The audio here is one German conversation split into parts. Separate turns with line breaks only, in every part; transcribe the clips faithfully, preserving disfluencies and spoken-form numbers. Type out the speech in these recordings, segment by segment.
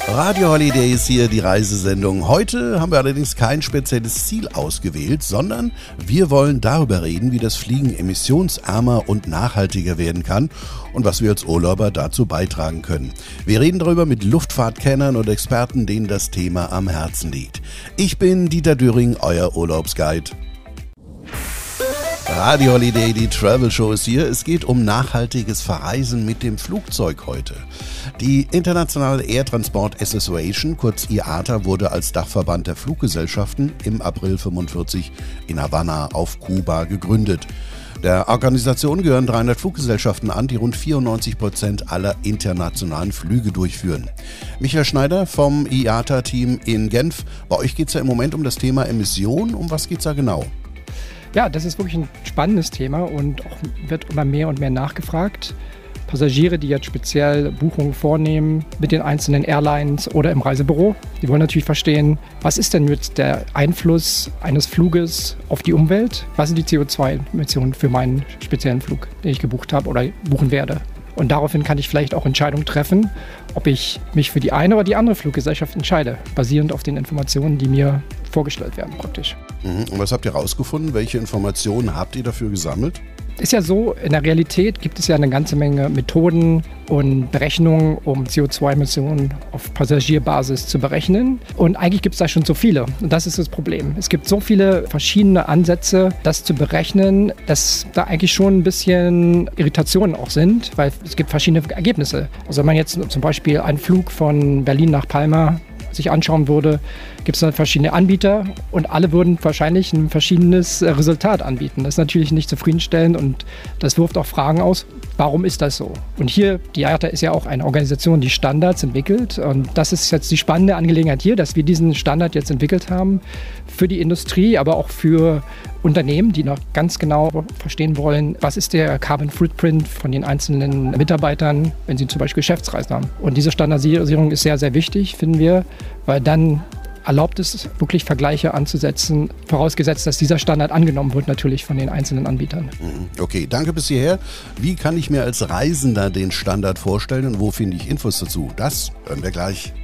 Radio Holiday ist hier die Reisesendung. Heute haben wir allerdings kein spezielles Ziel ausgewählt, sondern wir wollen darüber reden, wie das Fliegen emissionsärmer und nachhaltiger werden kann und was wir als Urlauber dazu beitragen können. Wir reden darüber mit Luftfahrtkennern und Experten, denen das Thema am Herzen liegt. Ich bin Dieter Döring, euer Urlaubsguide. Radio Holiday, die Travel Show ist hier. Es geht um nachhaltiges Verreisen mit dem Flugzeug heute. Die Internationale Air Transport Association, kurz I A T A, wurde als Dachverband der Fluggesellschaften im April fünfundvierzig in Havanna auf Kuba gegründet. Der Organisation gehören dreihundert Fluggesellschaften an, die rund vierundneunzig Prozent aller internationalen Flüge durchführen. Michael Schneider vom I A T A-Team in Genf. Bei euch geht es ja im Moment um das Thema Emission. Um was geht es da genau?
Ja, das ist wirklich ein spannendes Thema und auch wird immer mehr und mehr nachgefragt. Passagiere, die jetzt speziell Buchungen vornehmen mit den einzelnen Airlines oder im Reisebüro, die wollen natürlich verstehen, was ist denn jetzt der Einfluss eines Fluges auf die Umwelt? Was sind die C O zwei Emissionen für meinen speziellen Flug, den ich gebucht habe oder buchen werde? Und daraufhin kann ich vielleicht auch Entscheidungen treffen, ob ich mich für die eine oder die andere Fluggesellschaft entscheide, basierend auf den Informationen, die mir vorgestellt werden praktisch.
Und was habt ihr herausgefunden? Welche Informationen habt ihr dafür gesammelt?
Ist ja so, in der Realität gibt es ja eine ganze Menge Methoden und Berechnungen, um C O zwei Emissionen auf Passagierbasis zu berechnen. Und eigentlich gibt es da schon so viele. Und das ist das Problem. Es gibt so viele verschiedene Ansätze, das zu berechnen, dass da eigentlich schon ein bisschen Irritationen auch sind, weil es gibt verschiedene Ergebnisse. Also wenn man jetzt zum Beispiel einen Flug von Berlin nach Palma sich anschauen würde, gibt es dann verschiedene Anbieter und alle würden wahrscheinlich ein verschiedenes Resultat anbieten. Das ist natürlich nicht zufriedenstellend und das wirft auch Fragen aus, warum ist das so? Und hier, die I A T A ist ja auch eine Organisation, die Standards entwickelt und das ist jetzt die spannende Angelegenheit hier, dass wir diesen Standard jetzt entwickelt haben für die Industrie, aber auch für Unternehmen, die noch ganz genau verstehen wollen, was ist der Carbon Footprint von den einzelnen Mitarbeitern, wenn sie zum Beispiel Geschäftsreisen haben. Und diese Standardisierung ist sehr, sehr wichtig, finden wir, weil dann erlaubt es, wirklich Vergleiche anzusetzen, vorausgesetzt, dass dieser Standard angenommen wird, natürlich von den einzelnen Anbietern.
Okay, danke bis hierher. Wie kann ich mir als Reisender den Standard vorstellen und wo finde ich Infos dazu? Das hören wir gleich.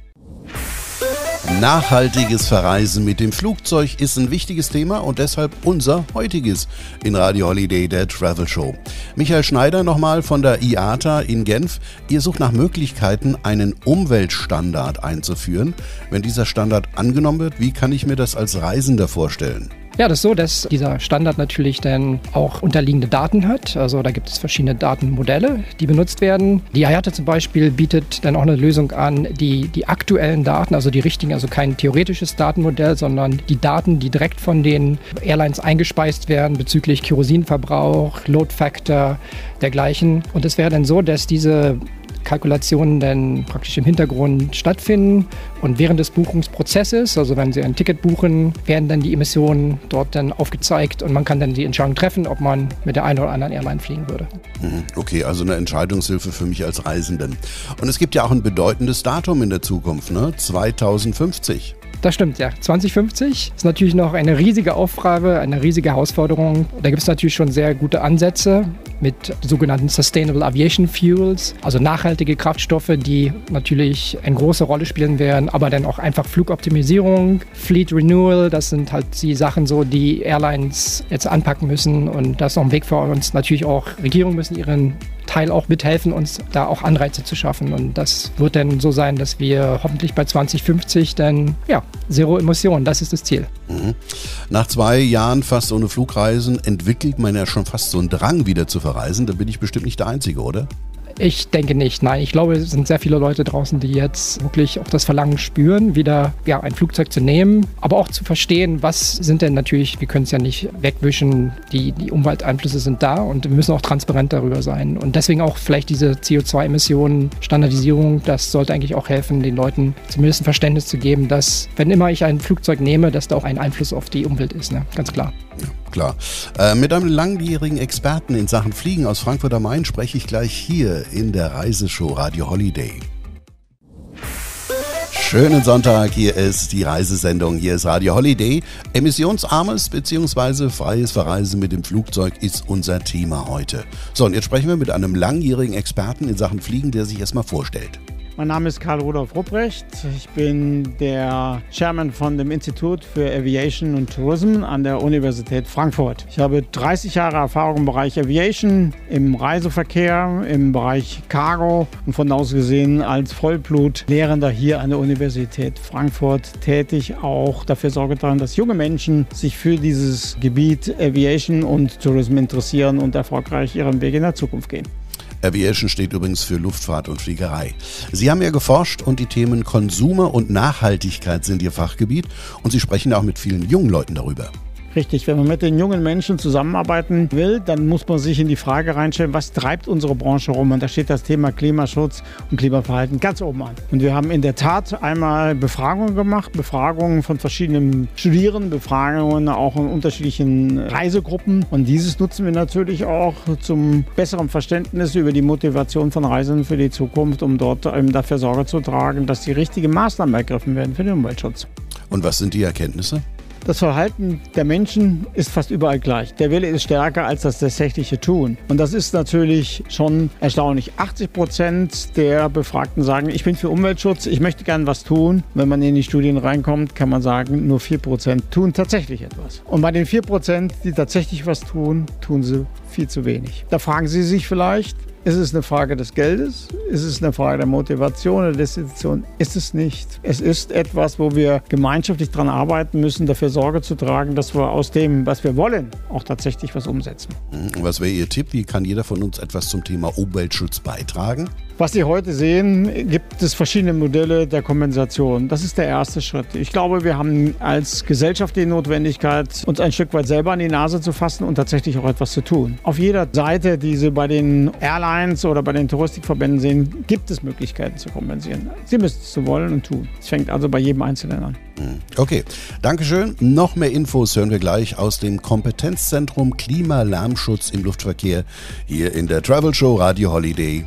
Nachhaltiges Verreisen mit dem Flugzeug ist ein wichtiges Thema und deshalb unser heutiges in Radio Holiday, der Travel Show. Michael Schneider nochmal von der I A T A in Genf. Ihr sucht nach Möglichkeiten, einen Umweltstandard einzuführen. Wenn dieser Standard angenommen wird, wie kann ich mir das als Reisender vorstellen?
Ja, das ist so, dass dieser Standard natürlich dann auch unterliegende Daten hat. Also da gibt es verschiedene Datenmodelle, die benutzt werden. Die I A T A zum Beispiel bietet dann auch eine Lösung an, die die aktuellen Daten, also die richtigen, also kein theoretisches Datenmodell, sondern die Daten, die direkt von den Airlines eingespeist werden bezüglich Kerosinverbrauch, Load Factor, dergleichen. Und es wäre dann so, dass diese Kalkulationen dann praktisch im Hintergrund stattfinden und während des Buchungsprozesses, also wenn Sie ein Ticket buchen, werden dann die Emissionen dort dann aufgezeigt und man kann dann die Entscheidung treffen, ob man mit der einen oder anderen Airline fliegen würde.
Okay, also eine Entscheidungshilfe für mich als Reisenden. Und es gibt ja auch ein bedeutendes Datum in der Zukunft, ne? zweitausendfünfzig.
Das stimmt, ja. zwanzig fünfzig ist natürlich noch eine riesige Aufgabe, eine riesige Herausforderung. Da gibt es natürlich schon sehr gute Ansätze mit sogenannten Sustainable Aviation Fuels, also nachhaltige Kraftstoffe, die natürlich eine große Rolle spielen werden, aber dann auch einfach Flugoptimisierung, Fleet Renewal, das sind halt die Sachen so, die Airlines jetzt anpacken müssen und das ist noch ein Weg für uns. Natürlich auch Regierungen müssen ihren Teil auch mithelfen, uns da auch Anreize zu schaffen. Und das wird dann so sein, dass wir hoffentlich bei zwanzig fünfzig dann, ja, Zero Emissionen, das ist das Ziel.
Mhm. Nach zwei Jahren fast ohne Flugreisen entwickelt man ja schon fast so einen Drang, wieder zu verreisen. Da bin ich bestimmt nicht der Einzige, oder?
Ich denke nicht, nein. Ich glaube, es sind sehr viele Leute draußen, die jetzt wirklich auch das Verlangen spüren, wieder ja, ein Flugzeug zu nehmen, aber auch zu verstehen, was sind denn natürlich, wir können es ja nicht wegwischen, die, die Umwelteinflüsse sind da und wir müssen auch transparent darüber sein. Und deswegen auch vielleicht diese C O zwei Emissionen, Standardisierung, das sollte eigentlich auch helfen, den Leuten zumindest ein Verständnis zu geben, dass, wenn immer ich ein Flugzeug nehme, dass da auch ein Einfluss auf die Umwelt ist, ne? Ganz klar.
Ja, klar. Äh, mit einem langjährigen Experten in Sachen Fliegen aus Frankfurt am Main spreche ich gleich hier in der Reiseshow Radio Holiday. Schönen Sonntag, hier ist die Reisesendung, hier ist Radio Holiday. Emissionsarmes bzw. freies Verreisen mit dem Flugzeug ist unser Thema heute. So, und jetzt sprechen wir mit einem langjährigen Experten in Sachen Fliegen, der sich erstmal vorstellt.
Mein Name ist Karl Rudolf Rupprecht. Ich bin der Chairman von dem Institut für Aviation und Tourism an der Universität Frankfurt. Ich habe dreißig Jahre Erfahrung im Bereich Aviation, im Reiseverkehr, im Bereich Cargo und von aus gesehen als Vollblut-Lehrender hier an der Universität Frankfurt tätig. Auch dafür Sorge tragen, dass junge Menschen sich für dieses Gebiet Aviation und Tourism interessieren und erfolgreich ihren Weg in der Zukunft gehen.
Aviation steht übrigens für Luftfahrt und Fliegerei. Sie haben ja geforscht und die Themen Konsumer und Nachhaltigkeit sind Ihr Fachgebiet und Sie sprechen auch mit vielen jungen Leuten darüber.
Richtig, wenn man mit den jungen Menschen zusammenarbeiten will, dann muss man sich in die Frage reinstellen, was treibt unsere Branche rum? Und da steht das Thema Klimaschutz und Klimaverhalten ganz oben an. Und wir haben in der Tat einmal Befragungen gemacht, Befragungen von verschiedenen Studierenden, Befragungen auch in unterschiedlichen Reisegruppen. Und dieses nutzen wir natürlich auch zum besseren Verständnis über die Motivation von Reisenden für die Zukunft, um dort eben dafür Sorge zu tragen, dass die richtigen Maßnahmen ergriffen werden für den Umweltschutz.
Und was sind die Erkenntnisse?
Das Verhalten der Menschen ist fast überall gleich. Der Wille ist stärker als das tatsächliche Tun. Und das ist natürlich schon erstaunlich. achtzig Prozent der Befragten sagen, ich bin für Umweltschutz, ich möchte gern was tun. Wenn man in die Studien reinkommt, kann man sagen, nur vier Prozent tun tatsächlich etwas. Und bei den vier Prozent, die tatsächlich was tun, tun sie viel zu wenig. Da fragen Sie sich vielleicht, ist es eine Frage des Geldes? Ist es eine Frage der Motivation oder der Destination? Ist es nicht. Es ist etwas, wo wir gemeinschaftlich daran arbeiten müssen, dafür Sorge zu tragen, dass wir aus dem, was wir wollen, auch tatsächlich was umsetzen.
Was wäre Ihr Tipp? Wie kann jeder von uns etwas zum Thema Umweltschutz beitragen?
Was Sie heute sehen, gibt es verschiedene Modelle der Kompensation. Das ist der erste Schritt. Ich glaube, wir haben als Gesellschaft die Notwendigkeit, uns ein Stück weit selber an die Nase zu fassen und tatsächlich auch etwas zu tun. Auf jeder Seite, die Sie bei den Airlines oder bei den Touristikverbänden sehen, gibt es Möglichkeiten zu kompensieren. Sie müssen es zu wollen und tun. Es fängt also bei jedem Einzelnen an.
Okay, Dankeschön. Noch mehr Infos hören wir gleich aus dem Kompetenzzentrum Klima-Lärmschutz im Luftverkehr hier in der Travel Show Radio Holiday.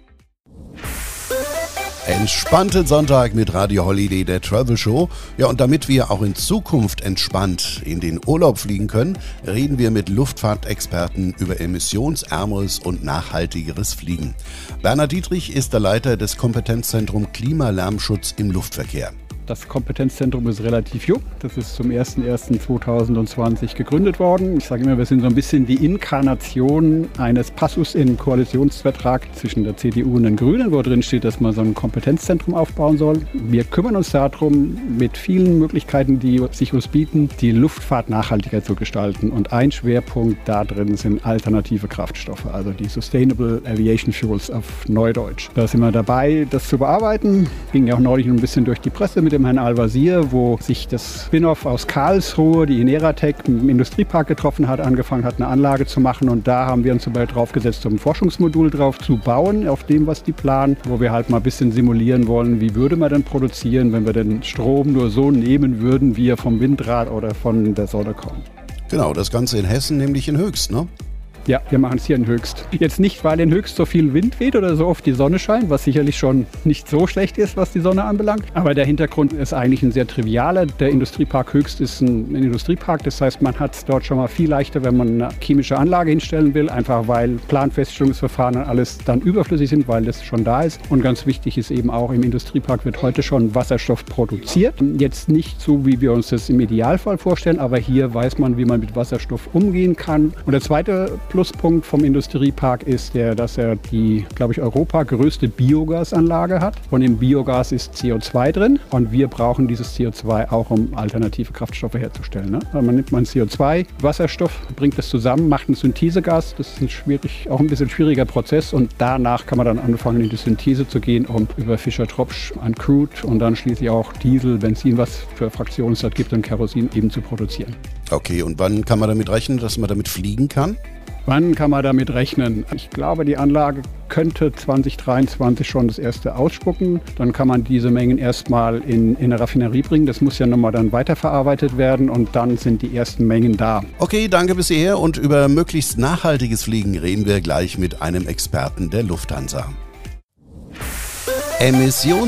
Entspannten Sonntag mit Radio Holiday, der Travel Show. Ja, und damit wir auch in Zukunft entspannt in den Urlaub fliegen können, reden wir mit Luftfahrtexperten über emissionsärmeres und nachhaltigeres Fliegen. Bernhard Dietrich ist der Leiter des Kompetenzzentrums Klima-Lärmschutz im Luftverkehr.
Das Kompetenzzentrum ist relativ jung. Das ist zum ersten ersten zweitausendzwanzig gegründet worden. Ich sage immer, wir sind so ein bisschen die Inkarnation eines Passus im Koalitionsvertrag zwischen der C D U und den Grünen, wo drin steht, dass man so ein Kompetenzzentrum aufbauen soll. Wir kümmern uns darum, mit vielen Möglichkeiten, die sich uns bieten, die Luftfahrt nachhaltiger zu gestalten. Und ein Schwerpunkt da drin sind alternative Kraftstoffe, also die Sustainable Aviation Fuels auf Neudeutsch. Da sind wir dabei, das zu bearbeiten. Ging ja auch neulich ein bisschen durch die Presse mit dem Herrn Al-Wazir, wo sich das Spin-off aus Karlsruhe, die Ineratec, im Industriepark getroffen hat, angefangen hat, eine Anlage zu machen. Und da haben wir uns dabei drauf gesetzt, um ein Forschungsmodul drauf zu bauen, auf dem, was die planen, wo wir halt mal ein bisschen simulieren wollen, wie würde man denn produzieren, wenn wir den Strom nur so nehmen würden, wie er vom Windrad oder von der Sonne kommt.
Genau, das Ganze in Hessen, nämlich in Höchst, ne?
Ja, wir machen es hier in Höchst. Jetzt nicht, weil in Höchst so viel Wind weht oder so oft die Sonne scheint, was sicherlich schon nicht so schlecht ist, was die Sonne anbelangt. Aber der Hintergrund ist eigentlich ein sehr trivialer. Der Industriepark Höchst ist ein, ein Industriepark. Das heißt, man hat es dort schon mal viel leichter, wenn man eine chemische Anlage hinstellen will. Einfach weil Planfeststellungsverfahren und alles dann überflüssig sind, weil das schon da ist. Und ganz wichtig ist eben auch, im Industriepark wird heute schon Wasserstoff produziert. Jetzt nicht so, wie wir uns das im Idealfall vorstellen, aber hier weiß man, wie man mit Wasserstoff umgehen kann. Und der zweite Pluspunkt vom Industriepark ist der, dass er die, glaube ich, Europa größte Biogasanlage hat. Und im Biogas ist C O zwei drin und wir brauchen dieses C O zwei auch, um alternative Kraftstoffe herzustellen. Ne? Also man nimmt man C O zwei, Wasserstoff, bringt das zusammen, macht ein Synthesegas. Das ist ein schwierig, auch ein bisschen schwieriger Prozess und danach kann man dann anfangen, in die Synthese zu gehen, um über Fischer-Tropsch an Crude und dann schließlich auch Diesel, Benzin, was für Fraktionen es dort gibt, und Kerosin eben zu produzieren.
Okay, und wann kann man damit rechnen, dass man damit fliegen kann?
Wann kann man damit rechnen? Ich glaube, die Anlage könnte zwanzig dreiundzwanzig schon das erste ausspucken. Dann kann man diese Mengen erstmal in, in eine Raffinerie bringen. Das muss ja nochmal dann weiterverarbeitet werden und dann sind die ersten Mengen da.
Okay, danke bisher, und über möglichst nachhaltiges Fliegen reden wir gleich mit einem Experten der Lufthansa.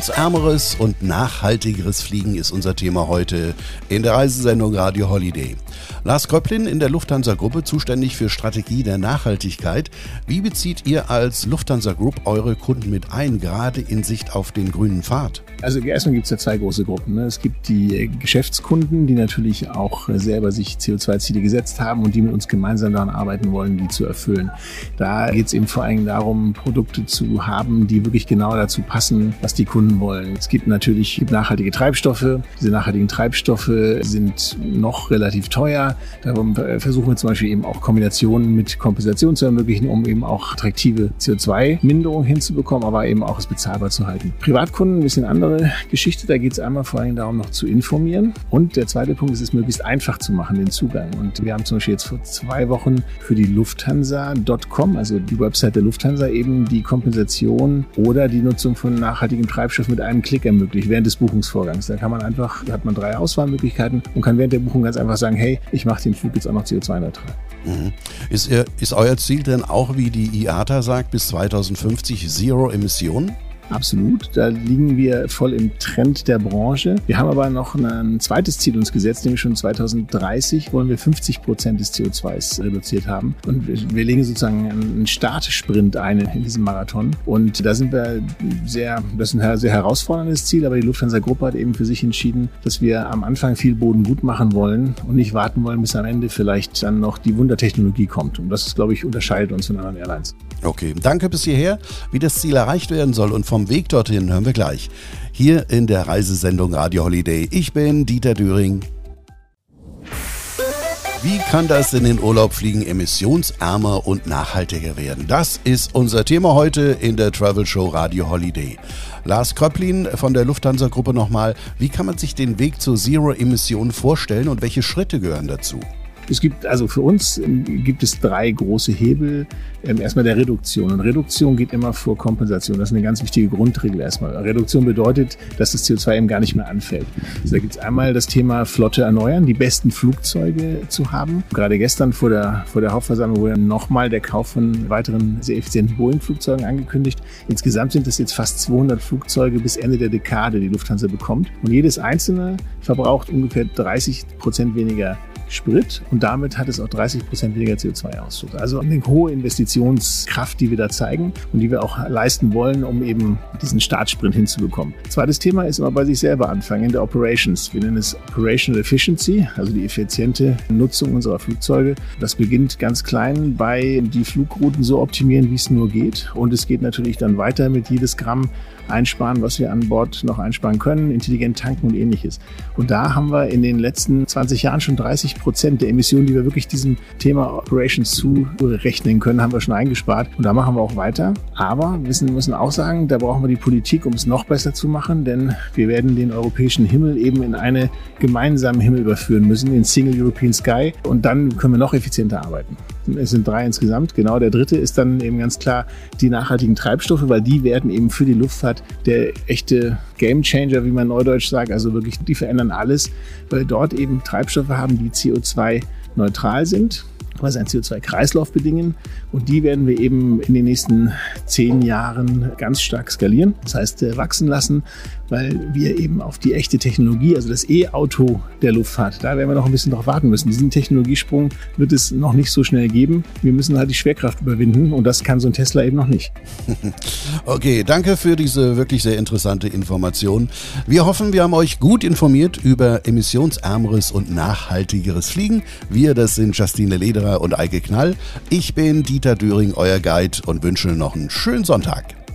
Emissionsärmeres und nachhaltigeres Fliegen ist unser Thema heute in der Reisesendung Radio Holiday. Lars Kröpplin in der Lufthansa-Gruppe, zuständig für Strategie der Nachhaltigkeit. Wie bezieht ihr als Lufthansa Group eure Kunden mit ein, gerade in Sicht auf den grünen Pfad?
Also erstmal gibt es ja zwei große Gruppen. Es gibt die Geschäftskunden, die natürlich auch selber sich C O zwei Ziele gesetzt haben und die mit uns gemeinsam daran arbeiten wollen, die zu erfüllen. Da geht es eben vor allem darum, Produkte zu haben, die wirklich genau dazu passen, was die Kunden wollen. Es gibt natürlich nachhaltige Treibstoffe. Diese nachhaltigen Treibstoffe sind noch relativ teuer. Da versuchen wir zum Beispiel eben auch Kombinationen mit Kompensation zu ermöglichen, um eben auch attraktive C O zwei Minderung hinzubekommen, aber eben auch es bezahlbar zu halten. Privatkunden, ein bisschen andere Geschichte. Da geht es einmal vor allem darum, noch zu informieren. Und der zweite Punkt ist, es möglichst einfach zu machen, den Zugang. Und wir haben zum Beispiel jetzt vor zwei Wochen für die Lufthansa Punkt com, also die Website der Lufthansa, eben die Kompensation oder die Nutzung von nachhaltigem Treibstoff mit einem Klick ermöglicht während des Buchungsvorgangs. Da kann man einfach, da hat man drei Auswahlmöglichkeiten und kann während der Buchung ganz einfach sagen, hey, ich mache den Flug jetzt auch noch C O zwei neutral.
Mhm. Ist, ihr, ist euer Ziel denn auch, wie die I A T A sagt, bis zweitausendfünfzig Zero Emissionen?
Absolut, da liegen wir voll im Trend der Branche. Wir haben aber noch ein zweites Ziel uns gesetzt, nämlich schon zweitausenddreißig wollen wir fünfzig Prozent des C O zwei reduziert haben. Und wir legen sozusagen einen Startsprint ein in diesem Marathon. Und da sind wir sehr, das ist ein sehr herausforderndes Ziel, aber die Lufthansa-Gruppe hat eben für sich entschieden, dass wir am Anfang viel Boden gut machen wollen und nicht warten wollen, bis am Ende vielleicht dann noch die Wundertechnologie kommt. Und das, glaube ich, unterscheidet uns von anderen Airlines.
Okay, danke bis hierher. Wie das Ziel erreicht werden soll und vom Weg dorthin hören wir gleich. Hier in der Reisesendung Radio Holiday. Ich bin Dieter Düring. Wie kann das in den Urlaub fliegen emissionsärmer und nachhaltiger werden? Das ist unser Thema heute in der Travel Show Radio Holiday. Lars Kröpplin von der Lufthansa-Gruppe nochmal. Wie kann man sich den Weg zur Zero-Emission vorstellen und welche Schritte gehören dazu?
Es gibt, also für uns gibt es drei große Hebel. Erstmal der Reduktion. Und Reduktion geht immer vor Kompensation. Das ist eine ganz wichtige Grundregel erstmal. Reduktion bedeutet, dass das C O zwei eben gar nicht mehr anfällt. Also da gibt es einmal das Thema Flotte erneuern, die besten Flugzeuge zu haben. Gerade gestern vor der, vor der Hauptversammlung wurde nochmal der Kauf von weiteren sehr effizienten Boeing-Flugzeugen angekündigt. Insgesamt sind es jetzt fast zweihundert Flugzeuge bis Ende der Dekade, die Lufthansa bekommt. Und jedes einzelne verbraucht ungefähr dreißig Prozent weniger Sprit und damit hat es auch dreißig Prozent weniger C O zwei Ausstoß. Also eine hohe Investitionskraft, die wir da zeigen und die wir auch leisten wollen, um eben diesen Startsprint hinzubekommen. Zweites Thema ist immer bei sich selber anfangen, in der Operations. Wir nennen es Operational Efficiency, also die effiziente Nutzung unserer Flugzeuge. Das beginnt ganz klein bei die Flugrouten so optimieren, wie es nur geht. Und es geht natürlich dann weiter mit jedes Gramm einsparen, was wir an Bord noch einsparen können, intelligent tanken und ähnliches. Und da haben wir in den letzten zwanzig Jahren schon dreißig Prozent der Emissionen, die wir wirklich diesem Thema Operations zurechnen können, haben wir schon eingespart. Und da machen wir auch weiter. Aber wir müssen auch sagen, da brauchen wir die Politik, um es noch besser zu machen, denn wir werden den europäischen Himmel eben in einen gemeinsamen Himmel überführen müssen, den Single European Sky. Und dann können wir noch effizienter arbeiten. Es sind drei insgesamt. Genau, der dritte ist dann eben ganz klar die nachhaltigen Treibstoffe, weil die werden eben für die Luftfahrt der echte Gamechanger, wie man neudeutsch sagt. Also wirklich, die verändern alles, weil dort eben Treibstoffe haben, die C O zwei neutral sind, also einen C O zwei Kreislauf bedingen. Und die werden wir eben in den nächsten zehn Jahren ganz stark skalieren. Das heißt, wachsen lassen, weil wir eben auf die echte Technologie, also das E-Auto der Luftfahrt, da werden wir noch ein bisschen drauf warten müssen. Diesen Technologiesprung wird es noch nicht so schnell geben. Wir müssen halt die Schwerkraft überwinden und das kann so ein Tesla eben noch nicht.
Okay, danke für diese wirklich sehr interessante Information. Wir hoffen, wir haben euch gut informiert über emissionsärmeres und nachhaltigeres Fliegen. Wir, das sind Justine Lederer und Eike Knall. Ich bin Dieter Düring, euer Guide und wünsche noch einen schönen Sonntag.